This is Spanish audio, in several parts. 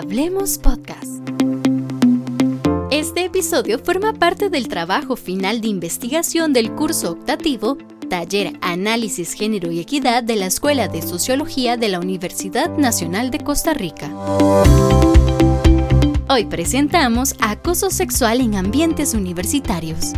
Hablemos Podcast. Este episodio forma parte del trabajo final de investigación del curso optativo Taller Análisis, Género y Equidad de la Escuela de Sociología de la Universidad Nacional de Costa Rica. Hoy presentamos acoso sexual en ambientes universitarios.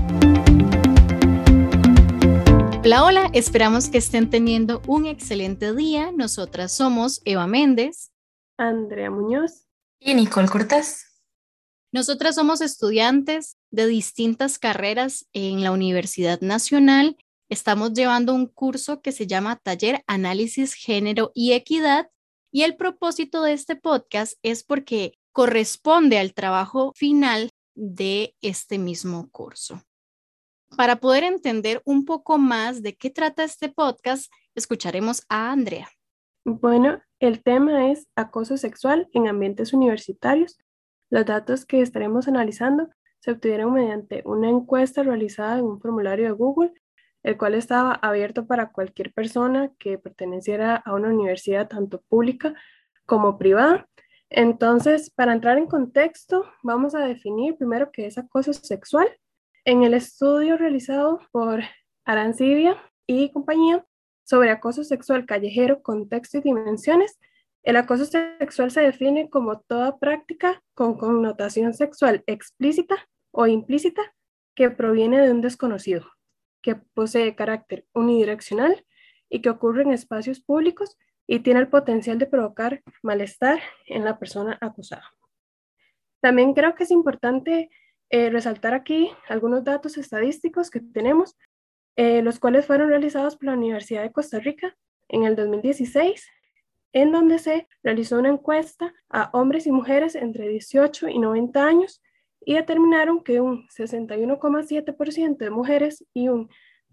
Hola, hola, esperamos que estén teniendo un excelente día. Nosotras somos Eva Méndez, Andrea Muñoz y Nicole Cortés. Nosotras somos estudiantes de distintas carreras en la Universidad Nacional. Estamos llevando un curso que se llama Taller Análisis, Género y Equidad, y el propósito de este podcast es porque corresponde al trabajo final de este mismo curso. Para poder entender un poco más de qué trata este podcast, escucharemos a Andrea. Bueno, el tema es acoso sexual en ambientes universitarios. Los datos que estaremos analizando se obtuvieron mediante una encuesta realizada en un formulario de Google, el cual estaba abierto para cualquier persona que perteneciera a una universidad tanto pública como privada. Entonces, para entrar en contexto, vamos a definir primero qué es acoso sexual. En el estudio realizado por Arancibia y compañía sobre acoso sexual callejero, contexto y dimensiones, el acoso sexual se define como toda práctica con connotación sexual explícita o implícita que proviene de un desconocido, que posee carácter unidireccional y que ocurre en espacios públicos y tiene el potencial de provocar malestar en la persona acusada. También creo que es importante resaltar aquí algunos datos estadísticos que tenemos, los cuales fueron realizados por la Universidad de Costa Rica en el 2016, en donde se realizó una encuesta a hombres y mujeres entre 18 y 90 años y determinaron que un 61,7% de mujeres y un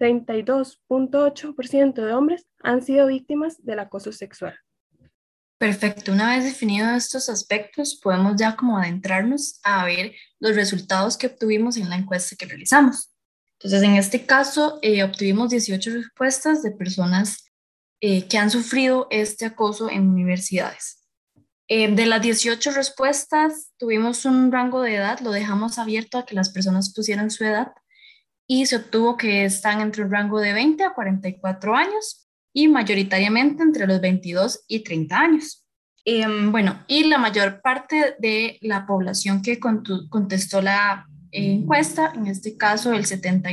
32,8% de hombres han sido víctimas del acoso sexual. Perfecto, una vez definidos estos aspectos, podemos ya como adentrarnos a ver los resultados que obtuvimos en la encuesta que realizamos. Entonces, en este caso, obtuvimos 18 respuestas de personas que han sufrido este acoso en universidades. De las 18 respuestas, tuvimos un rango de edad, lo dejamos abierto a que las personas pusieran su edad y se obtuvo que están entre un rango de 20 a 44 años y mayoritariamente entre los 22 y 30 años. Bueno, y la mayor parte de la población que contestó la encuesta, en este caso el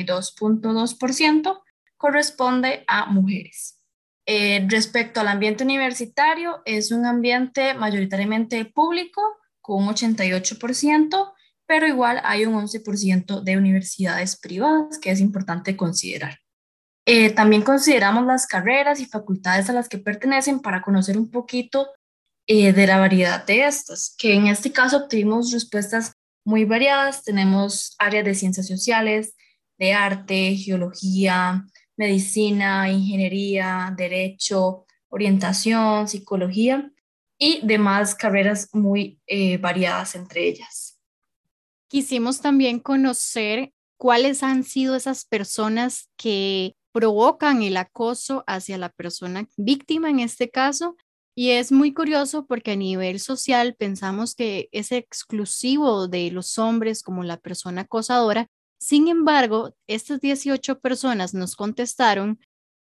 72,2%, corresponde a mujeres. Respecto al ambiente universitario, es un ambiente mayoritariamente público, con un 88%, pero igual hay un 11% de universidades privadas que es importante considerar. También consideramos las carreras y facultades a las que pertenecen para conocer un poquito de la variedad de estas, que en este caso obtuvimos respuestas muy variadas. Tenemos áreas de ciencias sociales, de arte, geología, medicina, ingeniería, derecho, orientación, psicología y demás carreras muy variadas entre ellas. Quisimos también conocer cuáles han sido esas personas que provocan el acoso hacia la persona víctima en este caso. Y es muy curioso porque a nivel social pensamos que es exclusivo de los hombres como la persona acosadora. Sin embargo, estas 18 personas nos contestaron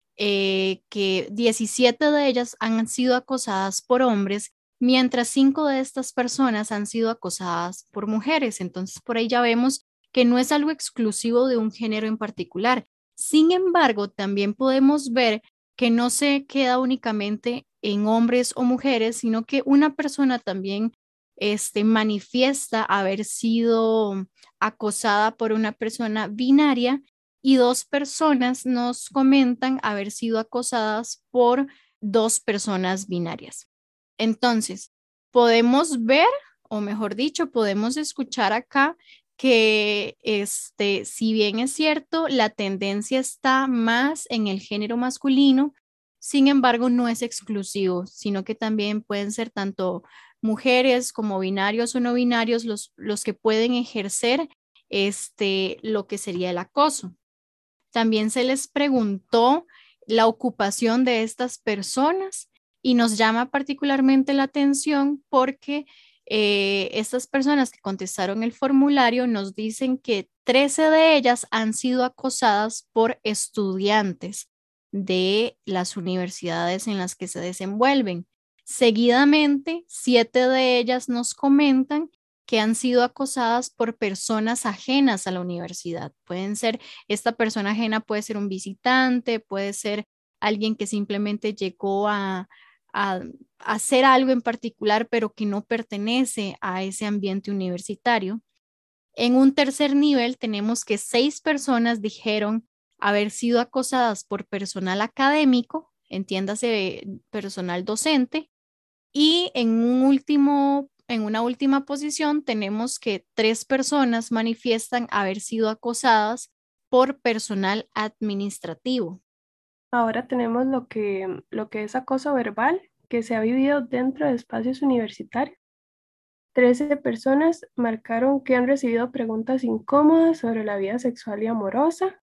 que 17 de ellas han sido acosadas por hombres, mientras 5 de estas personas han sido acosadas por mujeres. Entonces, por ahí ya vemos que no es algo exclusivo de un género en particular. Sin embargo, también podemos ver que no se queda únicamente en hombres o mujeres, sino que una persona también manifiesta haber sido acosada por una persona binaria y 2 personas nos comentan haber sido acosadas por 2 personas binarias. Entonces, podemos ver, o mejor dicho, podemos escuchar acá que si bien es cierto, la tendencia está más en el género masculino, sin embargo, no es exclusivo, sino que también pueden ser tanto mujeres como binarios o no binarios los que pueden ejercer lo que sería el acoso. También se les preguntó la ocupación de estas personas y nos llama particularmente la atención porque Estas personas que contestaron el formulario nos dicen que 13 de ellas han sido acosadas por estudiantes de las universidades en las que se desenvuelven. Seguidamente, 7 de ellas nos comentan que han sido acosadas por personas ajenas a la universidad. Pueden ser, esta persona ajena puede ser un visitante, puede ser alguien que simplemente llegó a hacer algo en particular, pero que no pertenece a ese ambiente universitario. En un tercer nivel tenemos que 6 personas dijeron haber sido acosadas por personal académico, entiéndase personal docente, y en una última posición tenemos que 3 personas manifiestan haber sido acosadas por personal administrativo. Ahora tenemos lo que es acoso verbal que se ha vivido dentro de espacios universitarios. 13 personas marcaron que han recibido preguntas incómodas sobre la vida sexual y amorosa.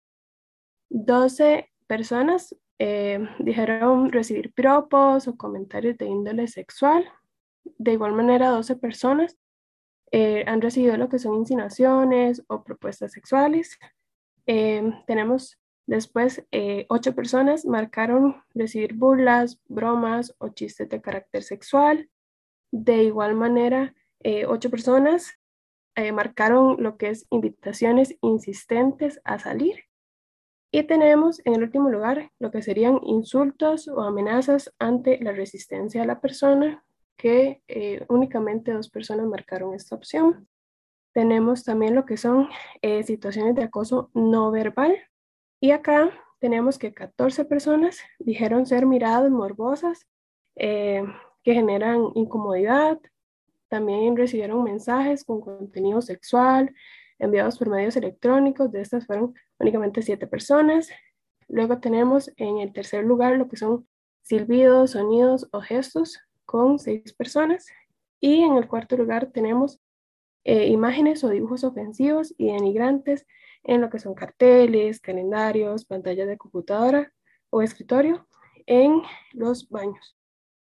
12 personas dijeron recibir piropos o comentarios de índole sexual. De igual manera, 12 personas han recibido lo que son insinuaciones o propuestas sexuales. Tenemos después 8 personas marcaron recibir burlas, bromas o chistes de carácter sexual. De igual manera, 8 personas marcaron lo que es invitaciones insistentes a salir. Y tenemos en el último lugar lo que serían insultos o amenazas ante la resistencia de la persona, que únicamente 2 personas marcaron esta opción. Tenemos también lo que son situaciones de acoso no verbal. Y acá tenemos que 14 personas dijeron ser miradas morbosas que generan incomodidad. También recibieron mensajes con contenido sexual enviados por medios electrónicos. De estas fueron únicamente 7 personas. Luego tenemos en el tercer lugar lo que son silbidos, sonidos o gestos con 6 personas. Y en el cuarto lugar tenemos imágenes o dibujos ofensivos y denigrantes en lo que son carteles, calendarios, pantallas de computadora o escritorio en los baños.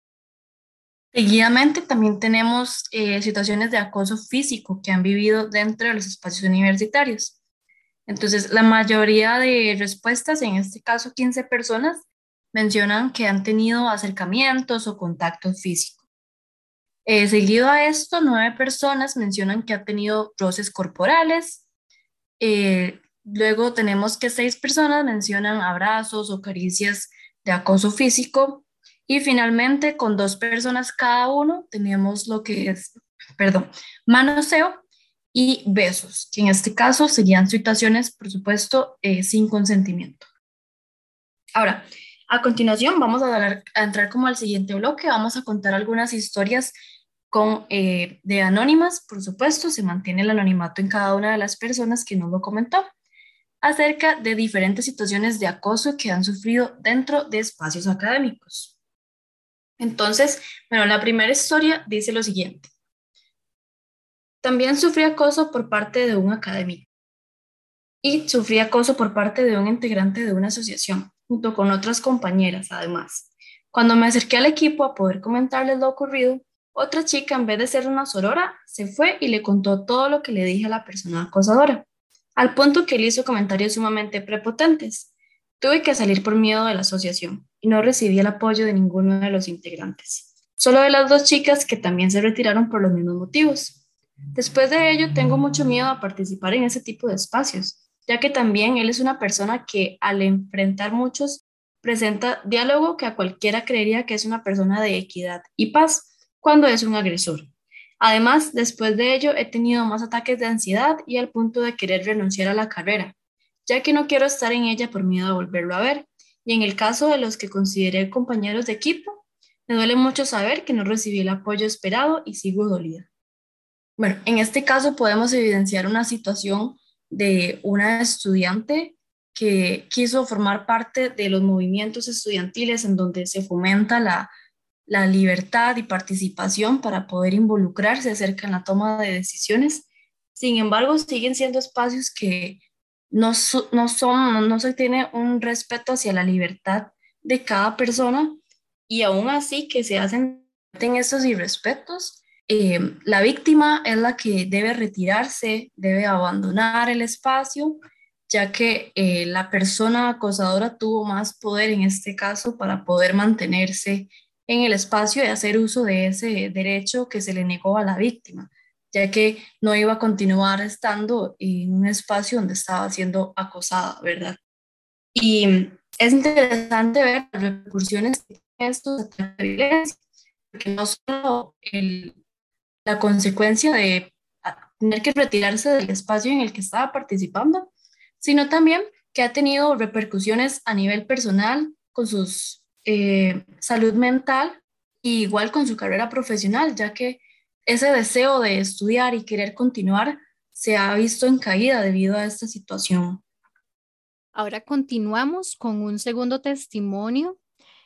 Seguidamente también tenemos situaciones de acoso físico que han vivido dentro de los espacios universitarios. Entonces, la mayoría de respuestas, en este caso 15 personas, mencionan que han tenido acercamientos o contacto físico. Seguido a esto, 9 personas mencionan que han tenido roces corporales. Luego tenemos que 6 personas mencionan abrazos o caricias de acoso físico. Y finalmente, con 2 personas cada uno, tenemos lo que es, manoseo y besos, que en este caso serían situaciones, por supuesto, sin consentimiento. Ahora, a continuación vamos a entrar como al siguiente bloque. Vamos a contar algunas historias de anónimas, por supuesto, se mantiene el anonimato en cada una de las personas que nos lo comentó, acerca de diferentes situaciones de acoso que han sufrido dentro de espacios académicos. Entonces, bueno, la primera historia dice lo siguiente. También sufrí acoso por parte de un académico y sufrí acoso por parte de un integrante de una asociación, junto con otras compañeras, además. Cuando me acerqué al equipo a poder comentarles lo ocurrido, otra chica, en vez de ser una sorora, se fue y le contó todo lo que le dije a la persona acosadora, al punto que él hizo comentarios sumamente prepotentes. Tuve que salir por miedo de la asociación y no recibí el apoyo de ninguno de los integrantes, solo de las 2 chicas que también se retiraron por los mismos motivos. Después de ello, tengo mucho miedo a participar en ese tipo de espacios, ya que también él es una persona que al enfrentar muchos presenta diálogo que a cualquiera creería que es una persona de equidad y paz cuando es un agresor. Además, después de ello, he tenido más ataques de ansiedad y al punto de querer renunciar a la carrera, ya que no quiero estar en ella por miedo a volverlo a ver. Y en el caso de los que consideré compañeros de equipo, me duele mucho saber que no recibí el apoyo esperado y sigo dolida. Bueno, en este caso podemos evidenciar una situación de una estudiante que quiso formar parte de los movimientos estudiantiles en donde se fomenta la libertad y participación para poder involucrarse acerca en la toma de decisiones. Sin embargo, siguen siendo espacios que no se tiene un respeto hacia la libertad de cada persona y aún así que se hacen estos irrespetos, La víctima es la que debe retirarse, debe abandonar el espacio, ya que la persona acosadora tuvo más poder en este caso para poder mantenerse en el espacio y hacer uso de ese derecho que se le negó a la víctima, ya que no iba a continuar estando en un espacio donde estaba siendo acosada, ¿verdad? Y es interesante ver las repercusiones que tiene estos actos de violencia, porque no solo la consecuencia de tener que retirarse del espacio en el que estaba participando, sino también que ha tenido repercusiones a nivel personal con su salud mental y igual con su carrera profesional, ya que ese deseo de estudiar y querer continuar se ha visto en caída debido a esta situación. Ahora continuamos con un segundo testimonio.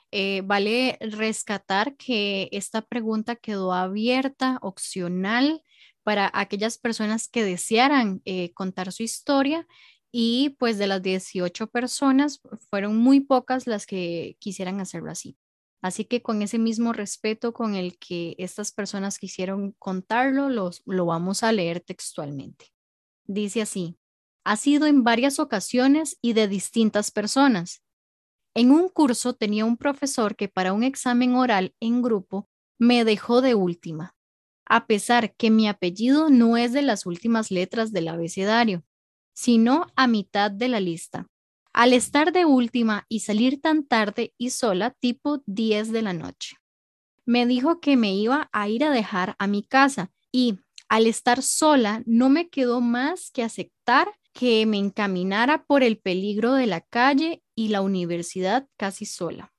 Vale rescatar que esta pregunta quedó abierta, opcional, para aquellas personas que desearan contar su historia y pues de las 18 personas fueron muy pocas las que quisieran hacerlo así. Así que con ese mismo respeto con el que estas personas quisieron contarlo, lo vamos a leer textualmente. Dice así: ha sido en varias ocasiones y de distintas personas. En un curso tenía un profesor que para un examen oral en grupo me dejó de última, a pesar que mi apellido no es de las últimas letras del abecedario, sino a mitad de la lista. Al estar de última y salir tan tarde y sola, tipo 10 de la noche, me dijo que me iba a ir a dejar a mi casa y al estar sola no me quedó más que aceptar que me encaminara por el peligro de la calle y la universidad casi sola.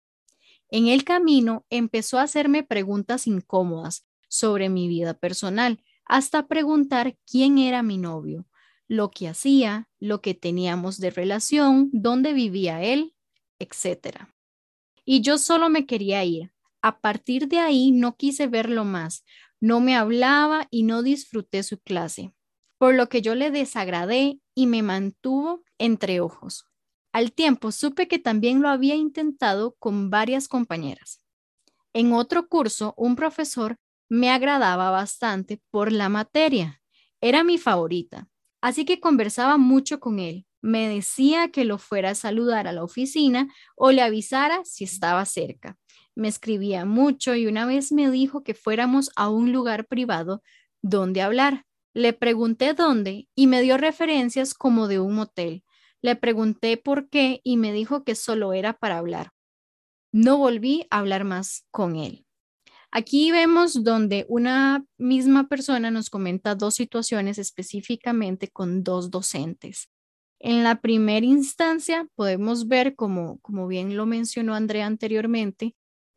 En el camino empezó a hacerme preguntas incómodas sobre mi vida personal, hasta preguntar quién era mi novio, lo que hacía, lo que teníamos de relación, dónde vivía él, etcétera. Y yo solo me quería ir. A partir de ahí no quise verlo más. No me hablaba y no disfruté su clase, por lo que yo le desagradé y me mantuvo entre ojos. Al tiempo supe que también lo había intentado con varias compañeras. En otro curso, un profesor me agradaba bastante por la materia. Era mi favorita, así que conversaba mucho con él. Me decía que lo fuera a saludar a la oficina o le avisara si estaba cerca. Me escribía mucho y una vez me dijo que fuéramos a un lugar privado donde hablar. Le pregunté dónde y me dio referencias como de un motel. Le pregunté por qué y me dijo que solo era para hablar. No volví a hablar más con él. Aquí vemos donde una misma persona nos comenta dos situaciones específicamente con dos docentes. En la primera instancia podemos ver, como bien lo mencionó Andrea anteriormente,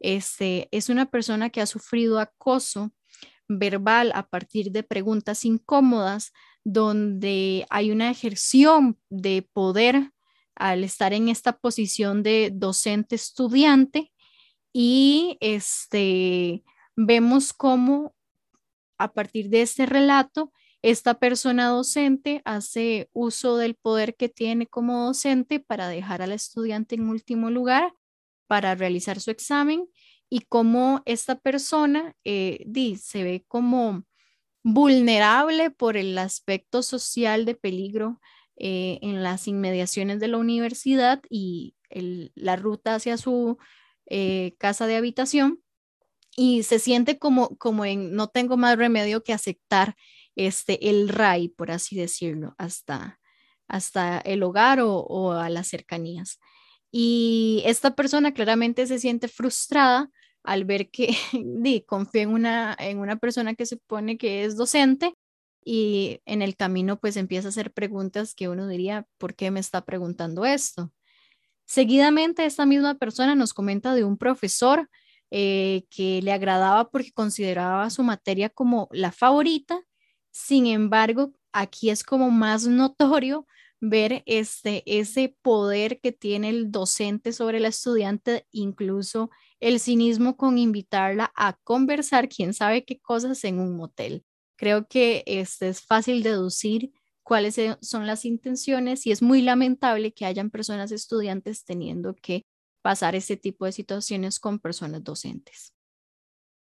es una persona que ha sufrido acoso verbal a partir de preguntas incómodas, donde hay una ejerción de poder al estar en esta posición de docente estudiante y vemos cómo a partir de este relato, esta persona docente hace uso del poder que tiene como docente para dejar al estudiante en último lugar para realizar su examen y cómo esta persona se ve como vulnerable por el aspecto social de peligro en las inmediaciones de la universidad y la ruta hacia su casa de habitación y se siente como en no tengo más remedio que aceptar el RAI, por así decirlo, hasta el hogar o a las cercanías. Y esta persona claramente se siente frustrada al ver que confía en una persona que se supone que es docente y en el camino pues empieza a hacer preguntas que uno diría, ¿por qué me está preguntando esto? Seguidamente, esta misma persona nos comenta de un profesor que le agradaba porque consideraba su materia como la favorita. Sin embargo, aquí es como más notorio ver ese poder que tiene el docente sobre la estudiante, incluso el cinismo con invitarla a conversar, quién sabe qué cosas en un motel. Creo que es fácil deducir cuáles son las intenciones y es muy lamentable que hayan personas estudiantes teniendo que pasar este tipo de situaciones con personas docentes.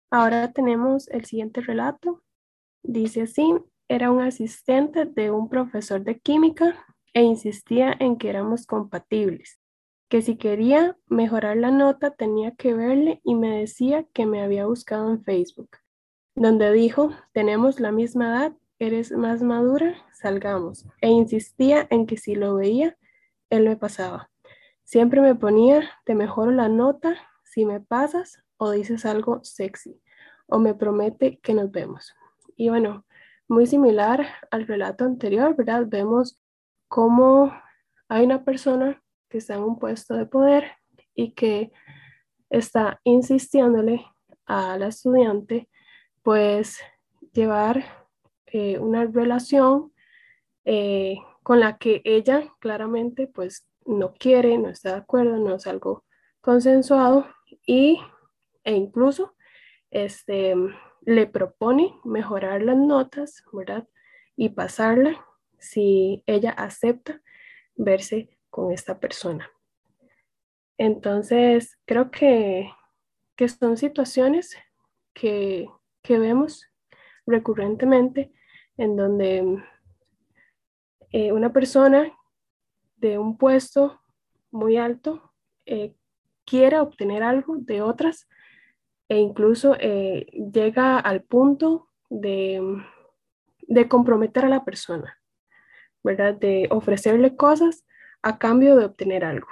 Ahora tenemos el siguiente relato. Dice así: era un asistente de un profesor de química e insistía en que éramos compatibles, que si quería mejorar la nota tenía que verle y me decía que me había buscado en Facebook, donde dijo, tenemos la misma edad, eres más madura, salgamos. E insistía en que si lo veía, él me pasaba. Siempre me ponía, te mejoro la nota si me pasas o dices algo sexy, o me promete que nos vemos. Y bueno, muy similar al relato anterior, ¿verdad? Vemos cómo hay una persona que está en un puesto de poder y que está insistiéndole a la estudiante, pues, llevar una relación con la que ella claramente pues no quiere, no está de acuerdo, no es algo consensuado y, e incluso este, le propone mejorar las notas, ¿verdad? Y pasarla si ella acepta verse con esta persona. Entonces, creo que son situaciones que, que vemos recurrentemente en donde una persona de un puesto muy alto quiere obtener algo de otras e incluso llega al punto de comprometer a la persona, ¿verdad? De ofrecerle cosas a cambio de obtener algo.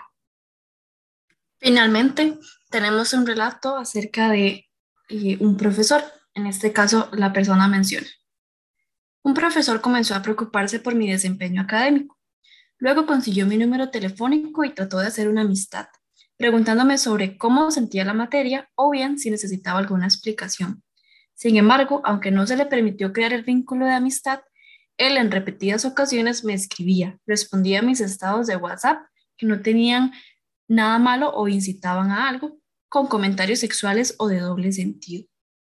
Finalmente, tenemos un relato acerca de un profesor. En este caso, la persona menciona. Un profesor comenzó a preocuparse por mi desempeño académico. Luego consiguió mi número telefónico y trató de hacer una amistad, preguntándome sobre cómo sentía la materia o bien si necesitaba alguna explicación. Sin embargo, aunque no se le permitió crear el vínculo de amistad, él en repetidas ocasiones me escribía, respondía a mis estados de WhatsApp que no tenían nada malo o incitaban a algo, con comentarios sexuales o de doble sentido.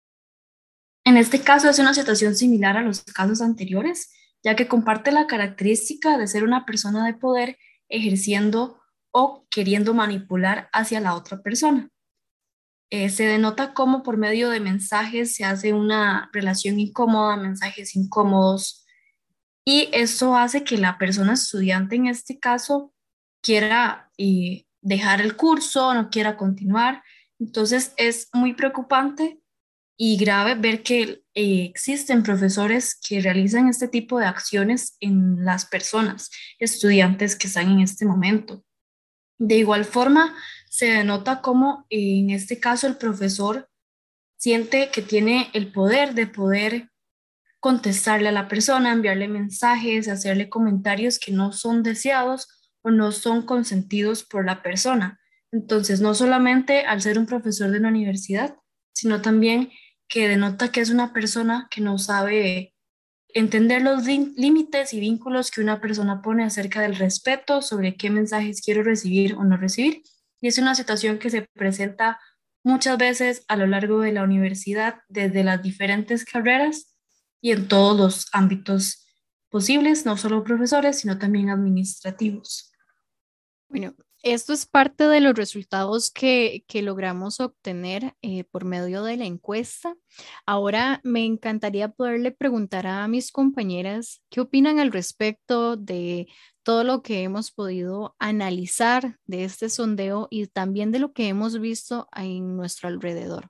En este caso es una situación similar a los casos anteriores, ya que comparte la característica de ser una persona de poder ejerciendo o queriendo manipular hacia la otra persona. Se denota cómo por medio de mensajes se hace una relación incómoda, mensajes incómodos, y eso hace que la persona estudiante en este caso quiera dejar el curso, no quiera continuar. Entonces es muy preocupante y grave ver que existen profesores que realizan este tipo de acciones en las personas, estudiantes que están en este momento. De igual forma, se denota cómo en este caso el profesor siente que tiene el poder de poder contestarle a la persona, enviarle mensajes, hacerle comentarios que no son deseados o no son consentidos por la persona. Entonces, no solamente al ser un profesor de una universidad, sino también que denota que es una persona que no sabe entender los límites y vínculos que una persona pone acerca del respeto sobre qué mensajes quiero recibir o no recibir. Y es una situación que se presenta muchas veces a lo largo de la universidad, desde las diferentes carreras y en todos los ámbitos posibles, no solo profesores, sino también administrativos. Bueno, esto es parte de los resultados que logramos obtener por medio de la encuesta. Ahora me encantaría poderle preguntar a mis compañeras qué opinan al respecto de todo lo que hemos podido analizar de este sondeo y también de lo que hemos visto en nuestro alrededor.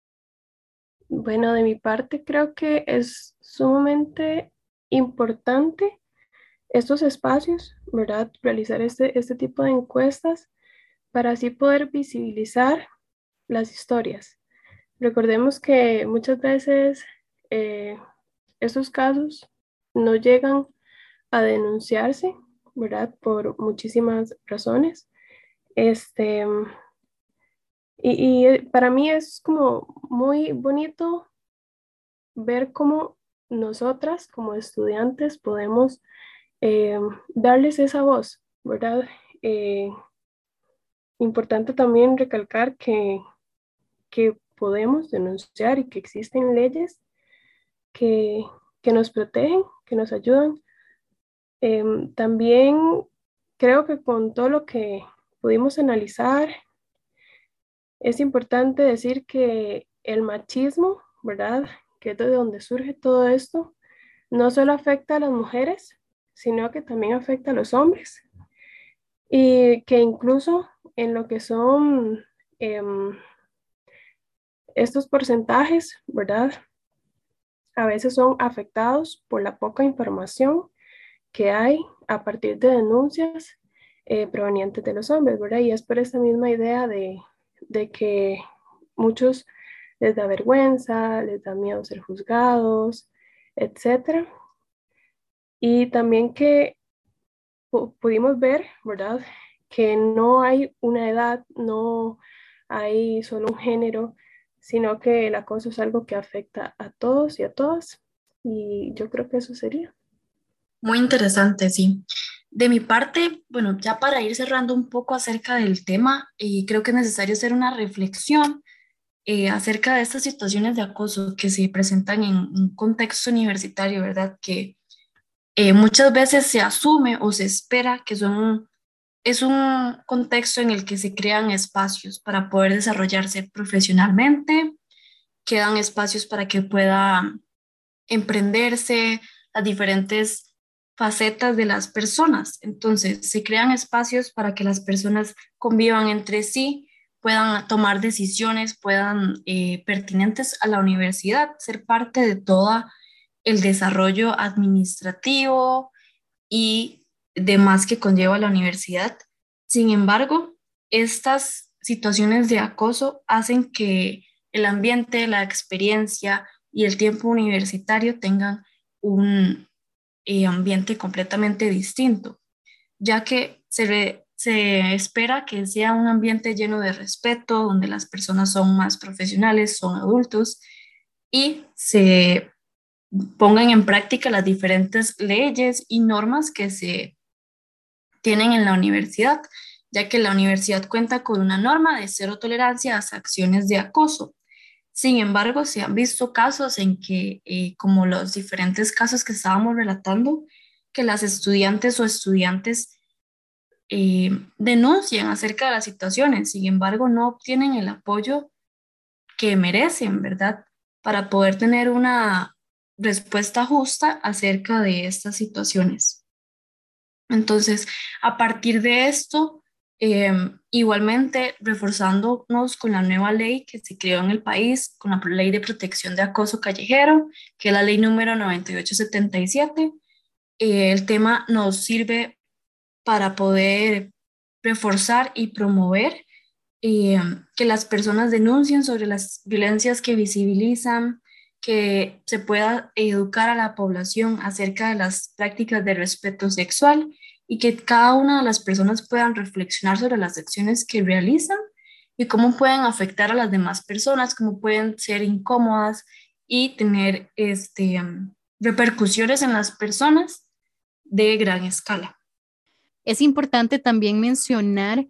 Bueno, de mi parte creo que es sumamente importante estos espacios, ¿verdad? Realizar este tipo de encuestas para así poder visibilizar las historias. Recordemos que muchas veces estos casos no llegan a denunciarse, ¿verdad? Por muchísimas razones. Este, para mí es como muy bonito ver cómo nosotras como estudiantes podemos eh, darles esa voz, ¿verdad? Eh, Importante también recalcar que podemos denunciar y que existen leyes que, que nos protegen, que nos ayudan. También creo que con todo lo que pudimos analizar, es importante decir que el machismo, ¿verdad? Que es de donde surge todo esto, no solo afecta a las mujeres, sino que también afecta a los hombres y que incluso en lo que son em, estos porcentajes, ¿verdad? A veces son afectados por la poca información que hay a partir de denuncias provenientes de los hombres, ¿verdad? Y es por esta misma idea de que muchos les da vergüenza, les da miedo ser juzgados, etcétera. Y también que pudimos ver, ¿verdad? Que no hay una edad, no hay solo un género, sino que el acoso es algo que afecta a todos y a todas. Y yo creo que eso sería. Muy interesante, sí. De mi parte, bueno, ya para ir cerrando un poco acerca del tema, creo que es necesario hacer una reflexión acerca de estas situaciones de acoso que se presentan en un contexto universitario, ¿verdad? Que muchas veces se asume o se espera que es un contexto en el que se crean espacios para poder desarrollarse profesionalmente, quedan espacios para que pueda emprenderse las diferentes facetas de las personas. Entonces, se crean espacios para que las personas convivan entre sí, puedan tomar decisiones, puedan pertinentes a la universidad, ser parte de todo el desarrollo administrativo y demás que conlleva la universidad. Sin embargo, estas situaciones de acoso hacen que el ambiente, la experiencia y el tiempo universitario tengan un ambiente completamente distinto, ya que se espera que sea un ambiente lleno de respeto, donde las personas son más profesionales, son adultos y se pongan en práctica las diferentes leyes y normas que se tienen en la universidad, ya que la universidad cuenta con una norma de cero tolerancia a acciones de acoso. Sin embargo, se han visto casos en que, como los diferentes casos que estábamos relatando, que las estudiantes o estudiantes denuncian acerca de las situaciones, sin embargo, no obtienen el apoyo que merecen, ¿verdad? Para poder tener una respuesta justa acerca de estas situaciones. Entonces, a partir de esto, igualmente reforzándonos con la nueva ley que se creó en el país, con la ley de protección de acoso callejero, que es la ley número 9877, el tema nos sirve para poder reforzar y promover que las personas denuncien sobre las violencias que visibilizan, que se pueda educar a la población acerca de las prácticas de respeto sexual y que cada una de las personas puedan reflexionar sobre las acciones que realizan y cómo pueden afectar a las demás personas, cómo pueden ser incómodas y tener repercusiones en las personas de gran escala. Es importante también mencionar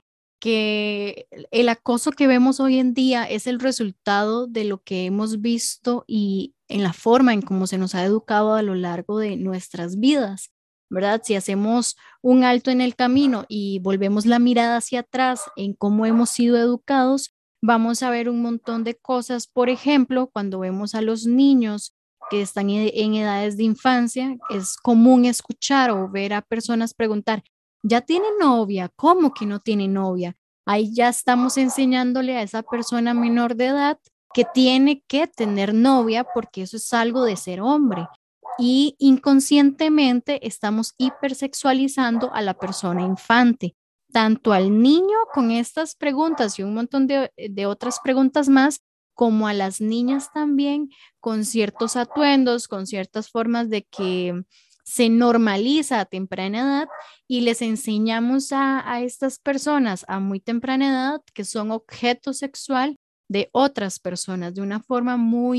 que el acoso que vemos hoy en día es el resultado de lo que hemos visto y en la forma en cómo se nos ha educado a lo largo de nuestras vidas, ¿verdad? Si hacemos un alto en el camino y volvemos la mirada hacia atrás en cómo hemos sido educados, vamos a ver un montón de cosas. Por ejemplo, cuando vemos a los niños que están en edades de infancia, es común escuchar o ver a personas preguntar, ¿ya tiene novia? ¿Cómo que no tiene novia? Ahí ya estamos enseñándole a esa persona menor de edad que tiene que tener novia porque eso es algo de ser hombre. Y inconscientemente estamos hipersexualizando a la persona infante, tanto al niño con estas preguntas y un montón de otras preguntas más, como a las niñas también con ciertos atuendos, con ciertas formas de que se normaliza a temprana edad y les enseñamos a estas personas a muy temprana edad que son objeto sexual de otras personas de una forma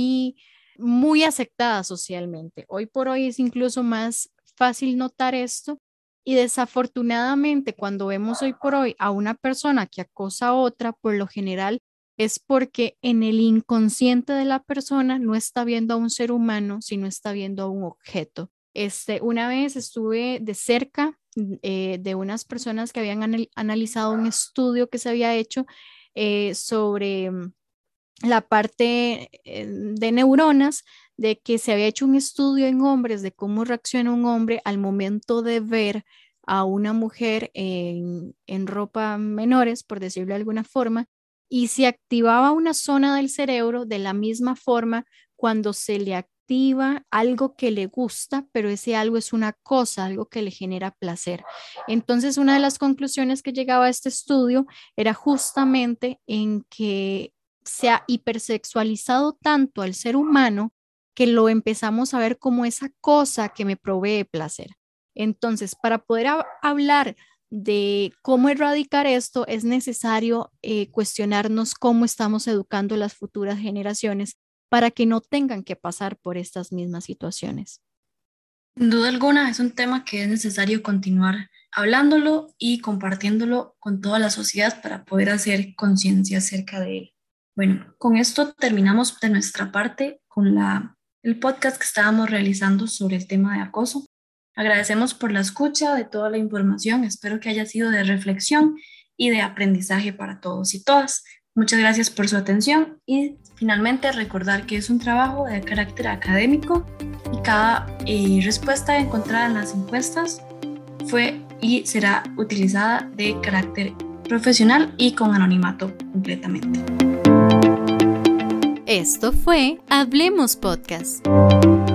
muy aceptada socialmente. Hoy por hoy es incluso más fácil notar esto y desafortunadamente cuando vemos hoy por hoy a una persona que acosa a otra, por lo general es porque en el inconsciente de la persona no está viendo a un ser humano, sino está viendo a un objeto. Una vez estuve de cerca de unas personas que habían analizado un estudio que se había hecho sobre la parte de neuronas, de que se había hecho un estudio en hombres de cómo reacciona un hombre al momento de ver a una mujer en ropa menores, por decirlo de alguna forma, y se activaba una zona del cerebro de la misma forma cuando se le activa algo que le gusta, pero ese algo es una cosa, algo que le genera placer. Entonces, una de las conclusiones que llegaba a este estudio era justamente en que se ha hipersexualizado tanto al ser humano que lo empezamos a ver como esa cosa que me provee placer. Entonces, para poder hablar de cómo erradicar esto, es necesario cuestionarnos cómo estamos educando a las futuras generaciones para que no tengan que pasar por estas mismas situaciones. Sin duda alguna, es un tema que es necesario continuar hablándolo y compartiéndolo con toda la sociedad para poder hacer conciencia acerca de él. Bueno, con esto terminamos de nuestra parte con el podcast que estábamos realizando sobre el tema de acoso. Agradecemos por la escucha de toda la información. Espero que haya sido de reflexión y de aprendizaje para todos y todas. Muchas gracias por su atención y finalmente recordar que es un trabajo de carácter académico y cada respuesta encontrada en las encuestas fue y será utilizada de carácter profesional y con anonimato completamente. Esto fue Hablemos Podcast.